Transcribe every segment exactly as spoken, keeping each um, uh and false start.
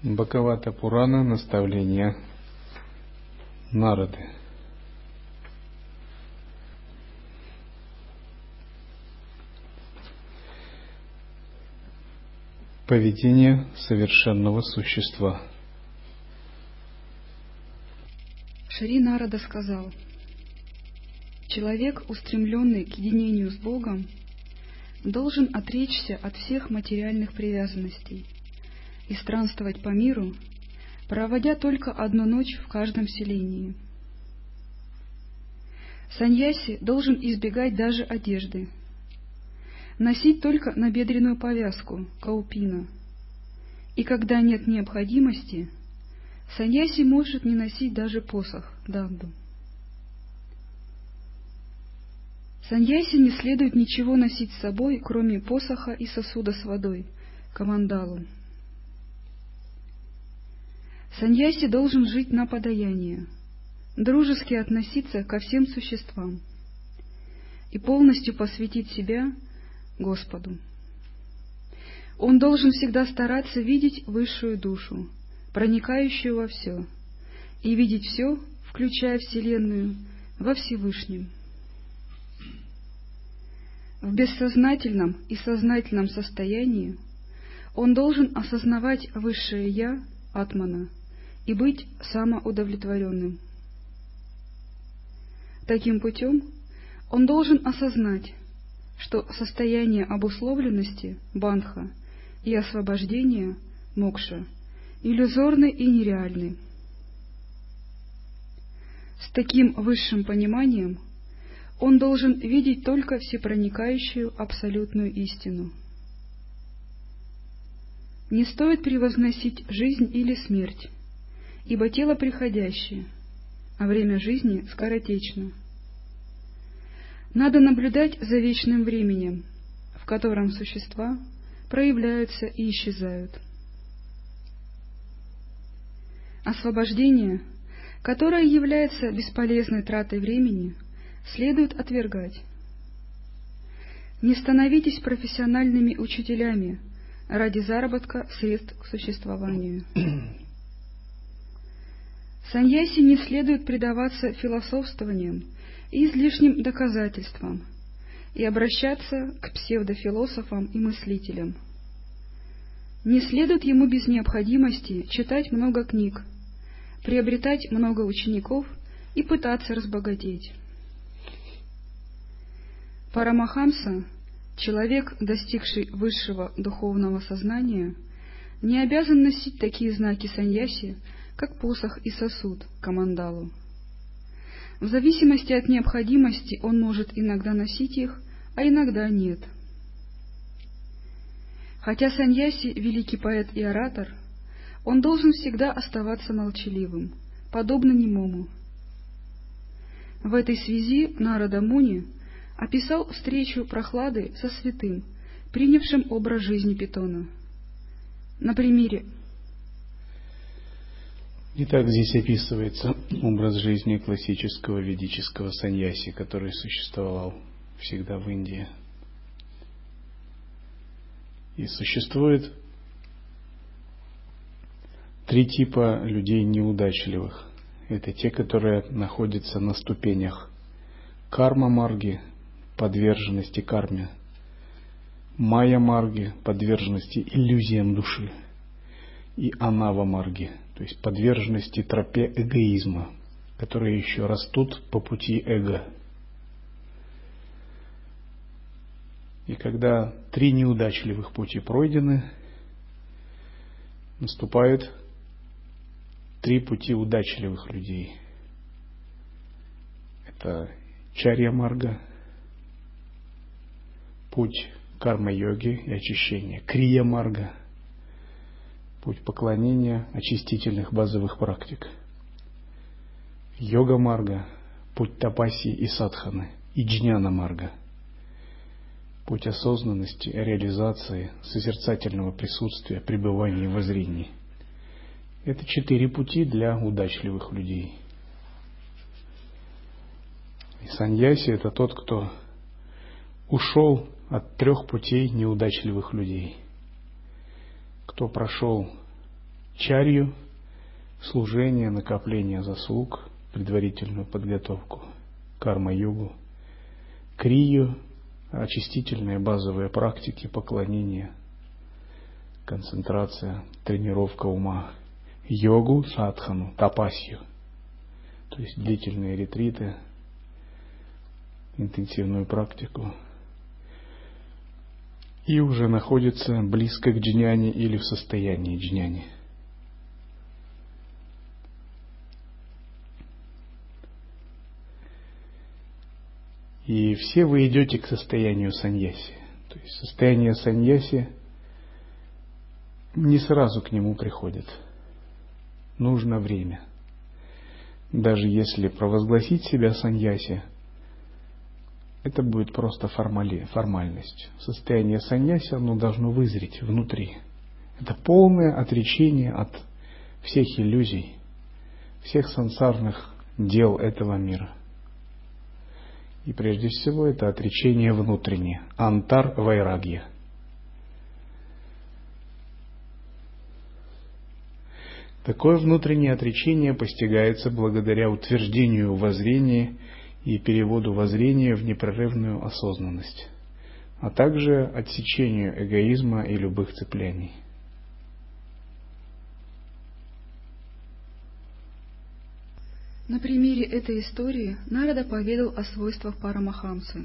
Бхагавата Пурана, наставления Нарады. Поведение совершенного существа. Шри Нарада сказал: человек, устремленный к единению с Богом, должен отречься от всех материальных привязанностей и странствовать по миру, проводя только одну ночь в каждом селении. Саньяси должен избегать даже одежды, носить только набедренную повязку каупина, и когда нет необходимости, саньяси может не носить даже посох данду. Саньяси не следует ничего носить с собой, кроме посоха и сосуда с водой камандалу. Саньяси должен жить на подаяние, дружески относиться ко всем существам и полностью посвятить себя Господу. Он должен всегда стараться видеть высшую душу, проникающую во все, и видеть все, включая Вселенную, во Всевышнем. В бессознательном и сознательном состоянии он должен осознавать высшее Я, Атмана, и быть самоудовлетворенным. Таким путем он должен осознать, что состояние обусловленности, банха, и освобождения, мокша, иллюзорны и нереальны. С таким высшим пониманием он должен видеть только всепроникающую абсолютную истину. Не стоит превозносить жизнь или смерть, ибо тело приходящее, а время жизни скоротечно. Надо наблюдать за вечным временем, в котором существа проявляются и исчезают. Освобождение, которое является бесполезной тратой времени, следует отвергать. Не становитесь профессиональными учителями ради заработка средств к существованию. Саньяси не следует предаваться философствованиям и излишним доказательствам и обращаться к псевдофилософам и мыслителям. Не следует ему без необходимости читать много книг, приобретать много учеников и пытаться разбогатеть. Парамахамса, человек, достигший высшего духовного сознания, не обязан носить такие знаки саньяси, как посох и сосуд камандалу. В зависимости от необходимости он может иногда носить их, а иногда нет. Хотя саньяси — великий поэт и оратор, он должен всегда оставаться молчаливым, подобно немому. В этой связи Нарада Муни описал встречу Прохлады со святым, принявшим образ жизни питона. На примере. Итак, здесь описывается образ жизни классического ведического саньяси, который существовал всегда в Индии. И существует три типа людей неудачливых. Это те, которые находятся на ступенях карма-марги, подверженности карме, майя-марги, подверженности иллюзиям души, и анава-марги, то есть подверженности тропе эгоизма, которые еще растут по пути эго. И когда три неудачливых пути пройдены, наступают три пути удачливых людей. Это чарья-марга, путь карма-йоги и очищения, крия-марга, путь поклонения, очистительных базовых практик, йога-марга, путь тапаси и садханы, и джняна-марга, путь осознанности, реализации, созерцательного присутствия, пребывания в воззрении. Это четыре пути для удачливых людей. И саньяси — это тот, кто ушел от трех путей неудачливых людей. Кто прошел чарью, служение, накопление заслуг, предварительную подготовку, карма-йогу, крию, очистительные базовые практики, поклонение, концентрация, тренировка ума, йогу, садхану, тапасью, то есть длительные ретриты, интенсивную практику, и уже находится близко к джняне или в состоянии джняни. И все вы идете к состоянию саньяси. То есть состояние саньяси не сразу к нему приходит. Нужно время. Даже если провозгласить себя саньяси, это будет просто формали, формальность. Состояние саньяси, оно должно вызреть внутри. Это полное отречение от всех иллюзий, всех сансарных дел этого мира. И прежде всего это отречение внутреннее, антар-вайрагья. Такое внутреннее отречение постигается благодаря утверждению воззрения и переводу воззрения в непрерывную осознанность, а также отсечению эгоизма и любых цепляний. На примере этой истории Нарада поведал о свойствах Парамахамсы.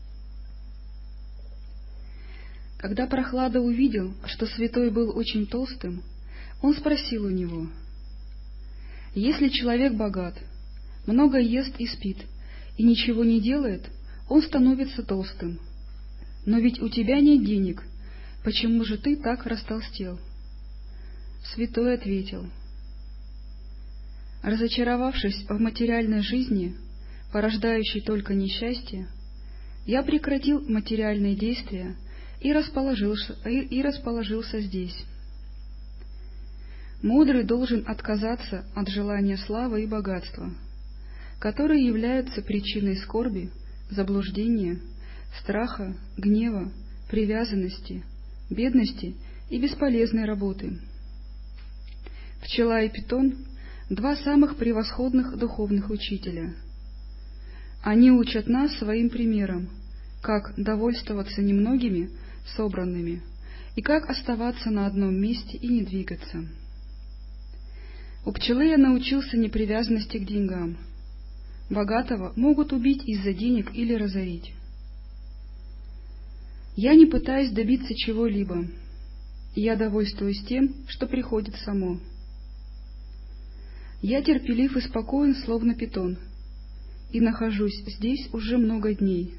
Когда Прохлада увидел, что святой был очень толстым, он спросил у него: «Если человек богат, много ест и спит, и ничего не делает, он становится толстым. Но ведь у тебя нет денег, почему же ты так растолстел?» Святой ответил: «Разочаровавшись в материальной жизни, порождающей только несчастье, я прекратил материальные действия и расположился, и, и расположился здесь. Мудрый должен отказаться от желания славы и богатства, которые являются причиной скорби, заблуждения, страха, гнева, привязанности, бедности и бесполезной работы. Пчела и питон — два самых превосходных духовных учителя. Они учат нас своим примером, как довольствоваться немногими собранными и как оставаться на одном месте и не двигаться. У пчелы я научился непривязанности к деньгам. Богатого могут убить из-за денег или разорить. Я не пытаюсь добиться чего-либо. Я довольствуюсь тем, что приходит само. Я терпелив и спокоен, словно питон, и нахожусь здесь уже много дней.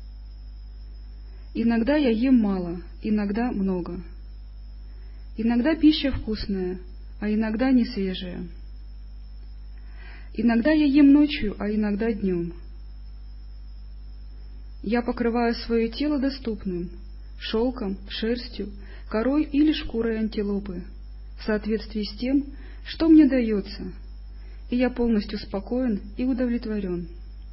Иногда я ем мало, иногда много. Иногда пища вкусная, а иногда не свежая. Иногда я ем ночью, а иногда днем. Я покрываю свое тело доступным, шелком, шерстью, корой или шкурой антилопы, в соответствии с тем, что мне дается, и я полностью спокоен и удовлетворен.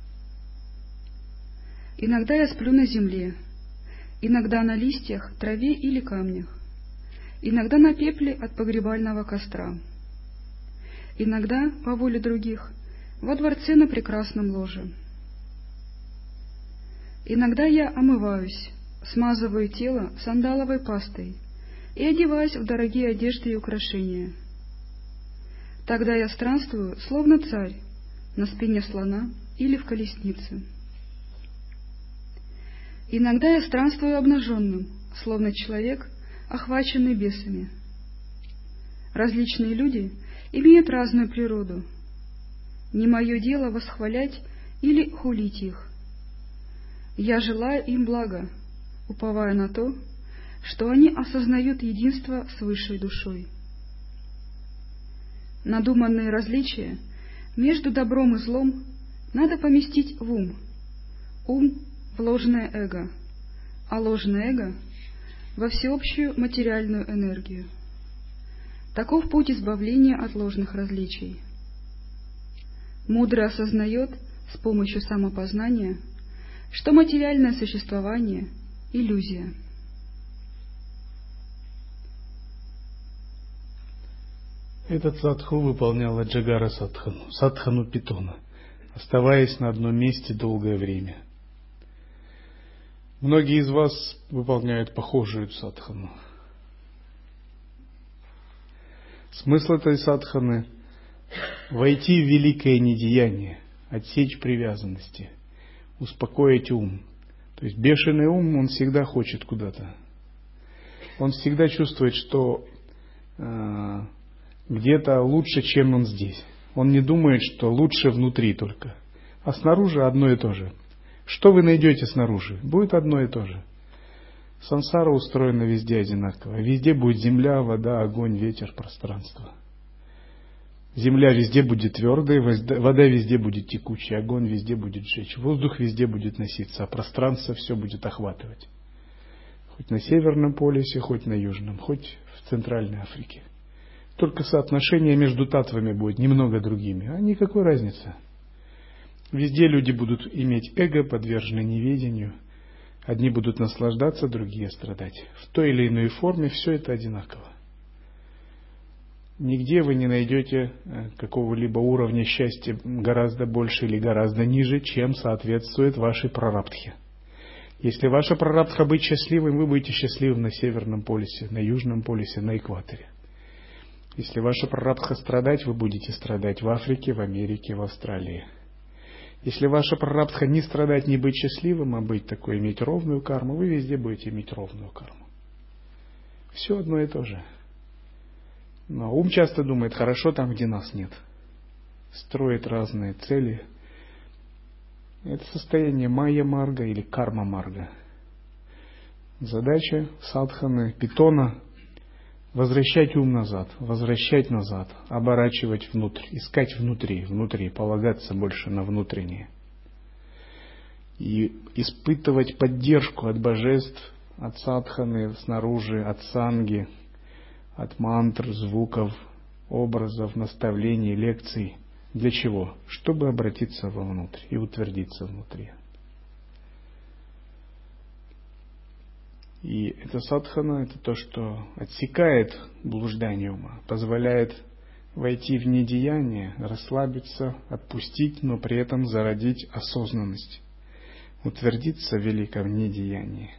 Иногда я сплю на земле, иногда на листьях, траве или камнях, иногда на пепле от погребального костра, иногда, по воле других, во дворце на прекрасном ложе. Иногда я омываюсь, смазываю тело сандаловой пастой и одеваюсь в дорогие одежды и украшения. Тогда я странствую, словно царь, на спине слона или в колеснице. Иногда я странствую обнаженным, словно человек, охваченный бесами. Различные люди имеют разную природу. Не мое дело восхвалять или хулить их. Я желаю им блага, уповая на то, что они осознают единство с высшей душой. Надуманные различия между добром и злом надо поместить в ум, ум в ложное эго, а ложное эго во всеобщую материальную энергию. Таков путь избавления от ложных различий. Мудрый осознает с помощью самопознания, что материальное существование — иллюзия. Этот садху выполнял Аджагара садхану, садхану питона, оставаясь на одном месте долгое время. Многие из вас выполняют похожую садхану. Смысл этой садханы — войти в великое недеяние, отсечь привязанности, успокоить ум. То есть бешеный ум, он всегда хочет куда-то. Он всегда чувствует, что э, где-то лучше, чем он здесь. Он не думает, что лучше внутри только. А снаружи одно и то же. Что вы найдете снаружи? Будет одно и то же. Сансара устроена везде одинаково. Везде будет земля, вода, огонь, ветер, пространство. Земля везде будет твердой, вода везде будет текучей, огонь везде будет жечь, воздух везде будет носиться, а пространство все будет охватывать. Хоть на Северном полюсе, хоть на Южном, хоть в Центральной Африке. Только соотношение между татвами будет немного другими, а никакой разницы. Везде люди будут иметь эго, подвержены неведению. Одни будут наслаждаться, другие страдать. В той или иной форме все это одинаково. Нигде вы не найдете какого-либо уровня счастья гораздо больше или гораздо ниже, чем соответствует вашей прарабдхе. Если ваша прарабдха быть счастливым, вы будете счастливым на Северном полюсе, на Южном полюсе, на экваторе. Если ваша прарабдха страдать, вы будете страдать в Африке, в Америке, в Австралии. Если ваша прарабдха не страдать, не быть счастливым, а быть такой, иметь ровную карму, вы везде будете иметь ровную карму. Все одно и то же. Но ум часто думает, хорошо там, где нас нет. Строит разные цели. Это состояние майя-марга или карма-марга. Задача садханы, питона — возвращать ум назад, возвращать назад, оборачивать внутрь, искать внутри, внутри, полагаться больше на внутреннее. И испытывать поддержку от божеств, от садханы снаружи, от санги, от мантр, звуков, образов, наставлений, лекций. Для чего? Чтобы обратиться вовнутрь и утвердиться внутри. И эта садхана — это то, что отсекает блуждание ума, позволяет войти в недеяние, расслабиться, отпустить, но при этом зародить осознанность, утвердиться в великом недеянии.